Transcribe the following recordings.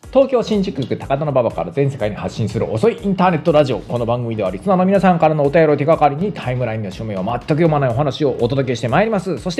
東京新宿区高田馬場から全世界に発信する遅いインターネットラジオ。この番組ではリスナーの皆さんからのお便りを手がかりにタイムラインの署名を全く読まないお話をお届けしてまいります。そして、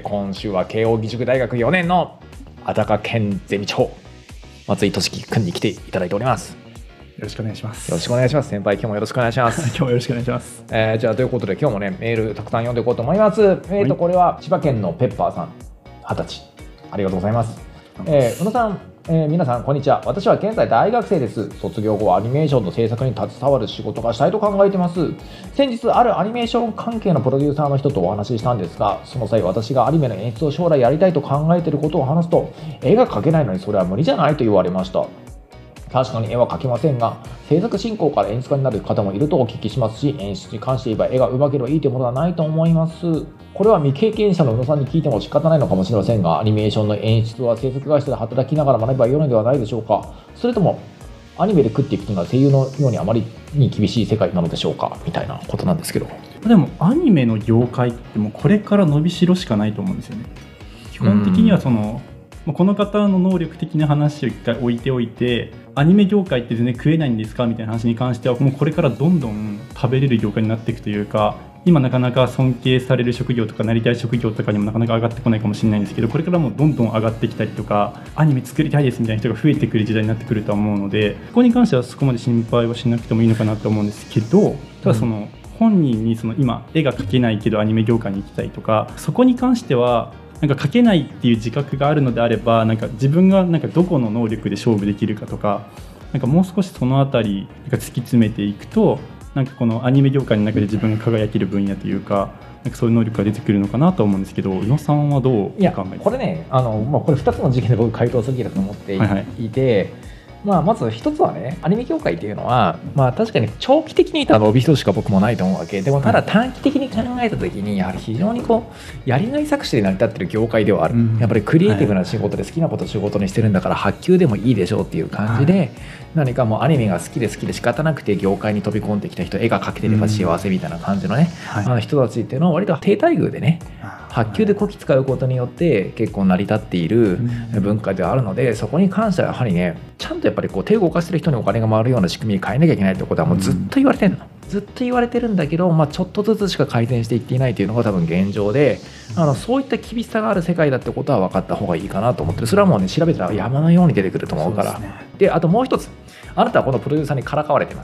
今週は慶應義塾大学4年の安宅健ゼミ長松井俊樹君に来ていただいております。 よろしくお願いします。 よろしくお願いします。先輩、今日もよろしくお願いします。 今日もよろしくお願いします。 じゃあということで今日もねメールたくさん読んでいこうと思います。これは千葉県のペッパーさん20歳、ありがとうございます。宇野さん、皆さんこんにちは。私は現在大学生です。卒業後はアニメーションの制作に携わる仕事がしたいと考えています。先日あるアニメーション関係のプロデューサーの人とお話ししたんですが、その際私がアニメの演出を将来やりたいと考えていることを話すと、絵が描けないのにそれは無理じゃないと言われました。確かに絵は描けませんが、制作進行から演出家になる方もいるとお聞きしますし、演出に関して言えば絵が上手ければいいというものはないと思います。これは未経験者の宇野さんに聞いても仕方ないのかもしれませんが、アニメーションの演出は制作会社で働きながら学べばよいのではないでしょうか。それともアニメで食っていくというのは声優のようにあまりに厳しい世界なのでしょうか、みたいなことなんですけど。 でもアニメの業界ってもうこれから伸びしろしかないと思うんですよね。基本的にはこの方の能力的な話を一回置いておいて、アニメ業界って全然食えないんですかみたいな話に関しては、もうこれからどんどん食べれる業界になっていくというか、今なかなか尊敬される職業とかなりたい職業とかにもなかなか上がってこないかもしれないんですけど、これからもどんどん上がってきたりとか、アニメ作りたいですみたいな人が増えてくる時代になってくるとは思うので、ここに関してはそこまで心配はしなくてもいいのかなと思うんですけど、ただ本人に今絵が描けないけどアニメ業界に行きたいとか、そこに関してはなんか描けないっていう自覚があるのであれば、なんか自分がなんかどこの能力で勝負できるかとか、なんかもう少しそのあたりが突き詰めていくと、なんかこのアニメ業界の中で自分が輝ける分野というか、なんかそういう能力が出てくるのかなと思うんですけど、宇野さんはどうお考えですか？ これね、これ2つの事件で僕回答するべきだと思っていて、まず一つはね、アニメ業界っていうのは、確かに長期的に見たら伸びしろしか僕もないと思うわけでも、ただ短期的に考えた時にやはり非常にやりがい搾取で成り立っている業界ではある、やっぱりクリエイティブな仕事で好きなことを仕事にしてるんだから発給でもいいでしょうっていう感じで、何かもうアニメが好きで仕方なくて業界に飛び込んできた人、絵が描けてれば幸せみたいな感じのね、人たちっていうのは割と低待遇でね、発給でこき使うことによって結構成り立っている文化ではあるので、そこに関してはやはりね、ちゃんとやっぱり手を動かしてる人にお金が回るような仕組みに変えなきゃいけないってことはもうずっと言われてるの、ずっと言われてるんだけど、ちょっとずつしか改善していっていないというのが多分現状で、そういった厳しさがある世界だってことは分かった方がいいかなと思ってる。それはもうね、調べたら山のように出てくると思うから。で、あともう一つ、あなたはこのプロデューサーにからかわれてます。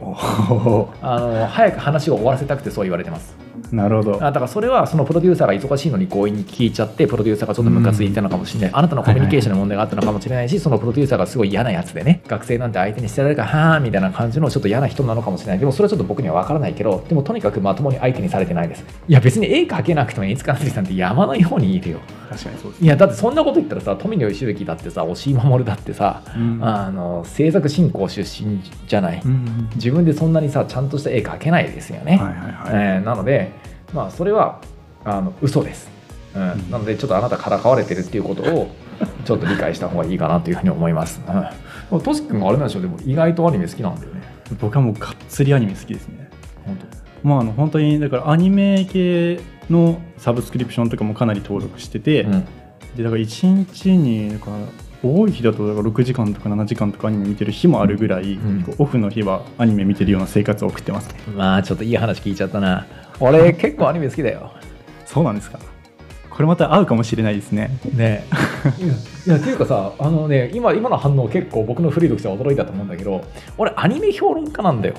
早く話を終わらせたくてそう言われてます。 なるほど。 だからそれはそのプロデューサーが忙しいのに強引に聞いちゃって、プロデューサーがちょっとムカついてたのかもしれない、あなたのコミュニケーションの問題があったのかもしれないし、そのプロデューサーがすごい嫌なやつでね、学生なんて相手にしてられるからはーみたいな感じのちょっと嫌な人なのかもしれない。でもそれはちょっと僕には分からないけど、でもとにかくまともに相手にされてないです。いや別に絵描けなくても飯塚夏樹さんって山のようにいるよ。 確かにそうです、 いやだってそんなこと言ったらさ、富野義行だってさ、押井守だってさ、制作進行出身じゃない、自分でそんなにさちゃんとした絵描けないですよね。なのでそれは嘘です、なのでちょっとあなたからかわれてるっていうことをちょっと理解した方がいいかなというふうに思います。トシ君があれなんでしょう、でも意外とアニメ好きなんだよね。 僕はもうがっつりアニメ好きですね。本当にだからアニメ系のサブスクリプションとかもかなり登録してて、でだから1日に多い日だとだから6時間とか7時間とかアニメ見てる日もあるぐらい、オフの日はアニメ見てるような生活を送ってますね。 ちょっといい話聞いちゃったな。俺結構アニメ好きだよ。 そうなんですか。これまた合うかもしれないですね。 ねいやっていうかさ、今の反応結構僕の古い読者は驚いたと思うんだけど、俺アニメ評論家なんだよ。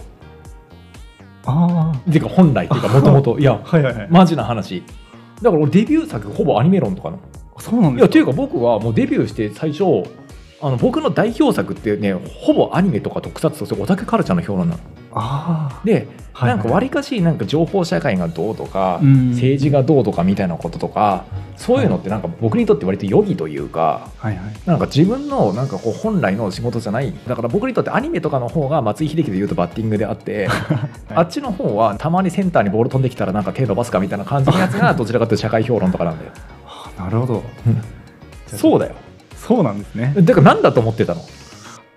ていうか本来っていうかもともといや、マジな話だから俺デビュー作ほぼアニメ論とかの。 そうなんですか。 いやっていうか僕はもうデビューして最初僕の代表作ってね、ほぼアニメとか特撮とオタクカルチャーの評論なの。で、なんかわりかしなんか情報社会がどうとか、政治がどうとかみたいなこととか、そういうのってなんか僕にとって割と余儀というか、なんか自分のなんか本来の仕事じゃない。だから僕にとってアニメとかの方が松井秀喜で言うとバッティングであって、あっちの方はたまにセンターにボール飛んできたらなんか手伸ばすかみたいな感じのやつがどちらかというと社会評論とかなんだよ。 なるほど。 そうだよ。 そうなんですね。 だから何だと思ってたの？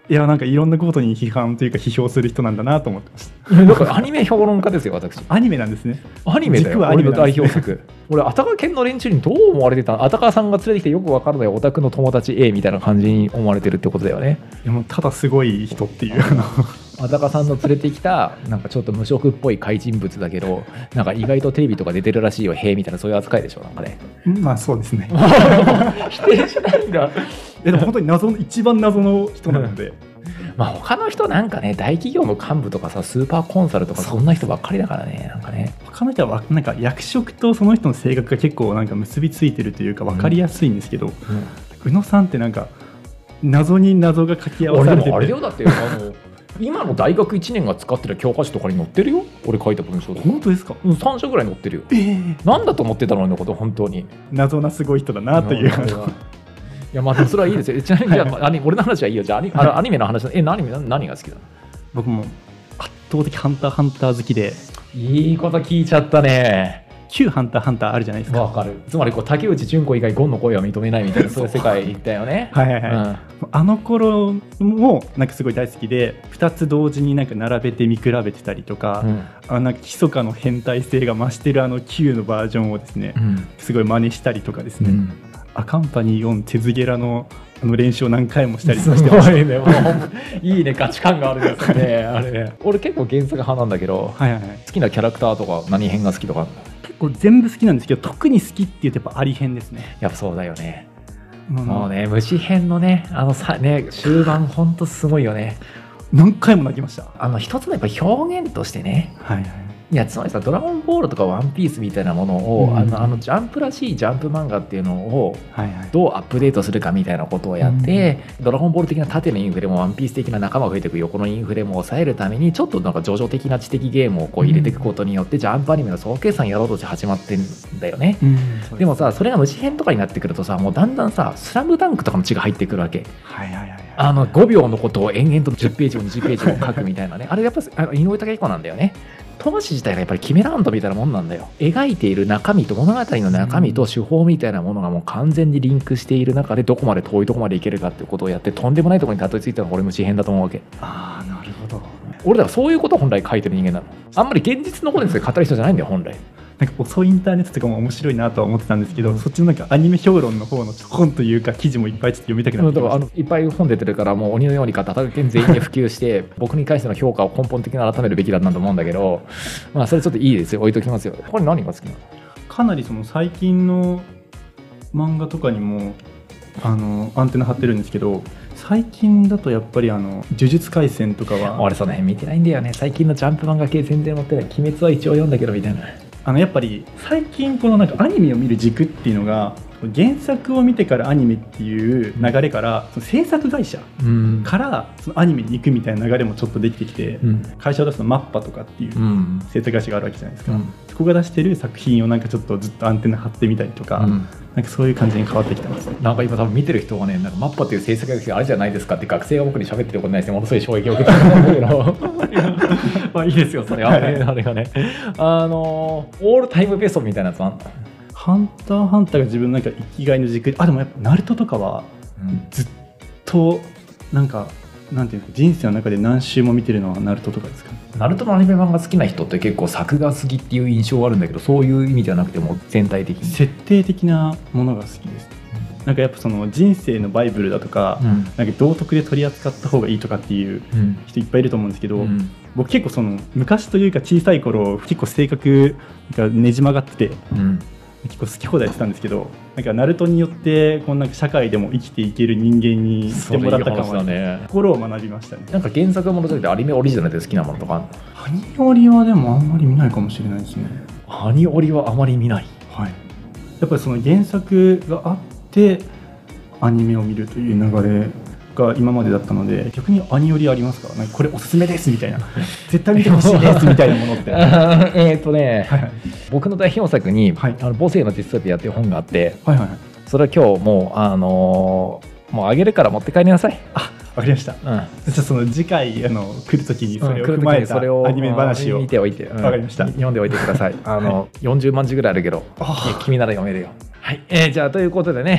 いやなんかいろんなことに批判というか批評する人なんだなと思ってました。 だからアニメ評論家ですよ私。 アニメなんですね。 アニメだよ、 軸はアニメ俺のなんですね代表作。俺あたか県の連中にどう思われてたの。あたかさんが連れてきてよくわからないオタクの友達 A みたいな感じに思われてるってことだよね。 いやもうただすごい人っていうあたかさんの連れてきたなんかちょっと無職っぽい怪人物だけど、なんか意外とテレビとか出てるらしいよへえみたいな、そういう扱いでしょなんかね。 まあそうですね否定しないんだ。 でも本当に一番謎の人なのでまあ他の人なんかね、大企業の幹部とかさ、スーパーコンサルとかそんな人ばっかりだからね、なんかね。 他の人はなんか役職とその人の性格が結構なんか結びついてるというか分かりやすいんですけど、宇野さんってなんか謎に謎が掛け合わされてて、 俺でもあれだよ、だって今の大学1年が使ってる教科書とかに載ってるよ、俺書いた文章とか。 本当ですか 3社ぐらい載ってるよ。なんだと思ってたののこと、本当に。 謎なすごい人だなといういやまあそれはいいですよ。ちなみにじゃあ、俺の話はいいよ。じゃあアニメの話、何が好きだの。 僕も圧倒的ハンターハンター好きで。 いいこと聞いちゃったね。 旧ハンターハンターあるじゃないですか。 わかる。つまり竹内純子以外ゴンの声は認めないみたいな、そういう世界だよね。 はいはいはい、あの頃もなんかすごい大好きで、2つ同時になんか並べて見比べてたりとか、なんか密かの変態性が増してる旧のバージョンをですね、すごい真似したりとかですね、アカンパニー4手ズゲラの練習を何回もしたりとかしてました。 すごいね、もういいね、価値観があるんですね。あれね、俺結構原作派なんだけど、好きなキャラクターとか何編が好きとか。 結構全部好きなんですけど、特に好きっていうとやっぱアリ編ですね。 やっぱそうだよね。もうね、虫編のね、終盤ほんとすごいよね。 何回も泣きました。 一つのやっぱ表現としてね、いやつまりさ、ドラゴンボールとかワンピースみたいなものを、ジャンプらしいジャンプ漫画っていうのをどうアップデートするかみたいなことをやって、ドラゴンボール的な縦のインフレもワンピース的な仲間が増えていく横のインフレも抑えるために、ちょっとなんか叙々的な知的ゲームをこう入れていくことによって、ジャンプアニメの総計算やろうとして始まってんだよね。でもさ、それが虫編とかになってくるとさ、もうだんだんさ、スラムダンクとかの血が入ってくるわけ。5秒のことを延々と10ページも20ページも書くみたいなね。あれやっぱ井上武彦なんだよね。富樫自体がやっぱりキメランドみたいなもんなんだよ。描いている中身と物語の中身と手法みたいなものがもう完全にリンクしている中で、どこまで遠いとこまでいけるかっていうことをやって、とんでもないところにたどり着いたのが俺虫編だと思うわけ。 なるほど。 俺だからそういうことを本来書いてる人間なの。あんまり現実のことについて語る人じゃないんだよ本来。 なんか遅いインターネットとかも面白いなとは思ってたんですけど、そっちのなんかアニメ評論の方の本というか記事もいっぱいちょっと読みたくなってきました。 いっぱい本出てるから、もう鬼のように片手全員で普及して僕に対しての評価を根本的に改めるべきだなと思うんだけど、まあそれちょっといいですよ、置いときますよ。これ何が好きなの？ かなりその最近の漫画とかにもアンテナ張ってるんですけど、最近だとやっぱり呪術廻戦とかは。 俺その辺見てないんだよね。最近のジャンプ漫画系全然持ってない。鬼滅は一応読んだけどみたいな。 やっぱり最近このなんかアニメを見る軸っていうのが、原作を見てからアニメっていう流れから、その制作会社からそのアニメに行くみたいな流れもちょっとできてきて、会社を出すとマッパとかっていう制作会社があるわけじゃないですか。そこが出してる作品をなんかちょっとずっとアンテナ張ってみたりとか、なんかそういう感じに変わってきてますね。 なんか今多分見てる人がね、なんかマッパっていう制作会社があるじゃないですかって学生が僕に喋ってることないですね。ものすごい衝撃を受けたと思うんだけどまあいいですよそれは、ね、あれがねオールタイムベストみたいなやつあんの？ ハンターハンターが自分の生きがいの軸で、でもやっぱナルトとかはずっとなんか、なんていうの、人生の中で何周も見てるのはナルトとかですかね。 ナルトのアニメ版が好きな人って結構作画好きっていう印象はあるんだけど、そういう意味ではなくても全体的に設定的なものが好きです。なんかやっぱその人生のバイブルだとか、なんか道徳で取り扱った方がいいとかっていう人いっぱいいると思うんですけど、僕結構その昔というか小さい頃結構性格がねじ曲がってて、結構好き放題してたんですけど、なんかナルトによってこうなんか社会でも生きていける人間にしてもらった感はね、心を学びましたね。 なんか原作ものじゃなくてアニメオリジナルで好きなものとかあるの？ アニオリはでもあんまり見ないかもしれないですね。 アニオリはあまり見ない。 はい。やっぱりその原作があってアニメを見るという流れが今までだったので、逆にアニオリありますか？なんかこれおすすめですみたいな絶対見てほしいですみたいなものって僕の代表作に「母性のディストピア」っていう本があって、それは今日もうあげるから持って帰りなさい。 わかりました。じゃあその次回来るときにそれを踏まえたアニメ話を見ておいて、 わかりました。 読んでおいてください。40万字ぐらいあるけど君なら読めるよ。はい、じゃあということでね、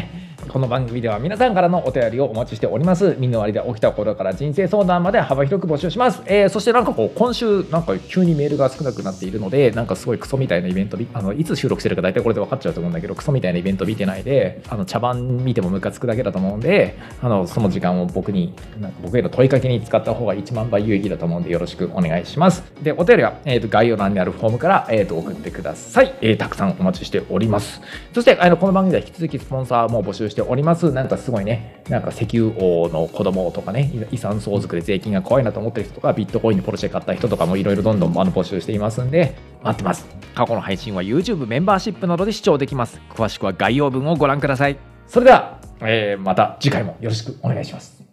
この番組では皆さんからのお便りをお待ちしております。身の回りで起きたことから人生相談まで幅広く募集します。そしてなんかこう今週なんか急にメールが少なくなっているので、なんかすごいクソみたいなイベントいつ収録してるか大体これで分かっちゃうと思うんだけど、クソみたいなイベント見てないで、茶番見てもムカつくだけだと思うんで、その時間を僕への問いかけに使った方が1万倍有意義だと思うんでよろしくお願いします。で、お便りは、概要欄にあるフォームから、送ってください。たくさんお待ちしております。そしてこの番組では引き続きスポンサーも募集しております。なんかすごいね、なんか石油王の子供とかね、遺産相続で税金が怖いなと思ってる人とか、ビットコインにポルシェ買った人とかもいろいろどんどん募集していますんで、待ってます。過去の配信は YouTube メンバーシップなどで視聴できます。詳しくは概要文をご覧ください。それでは、また次回もよろしくお願いします。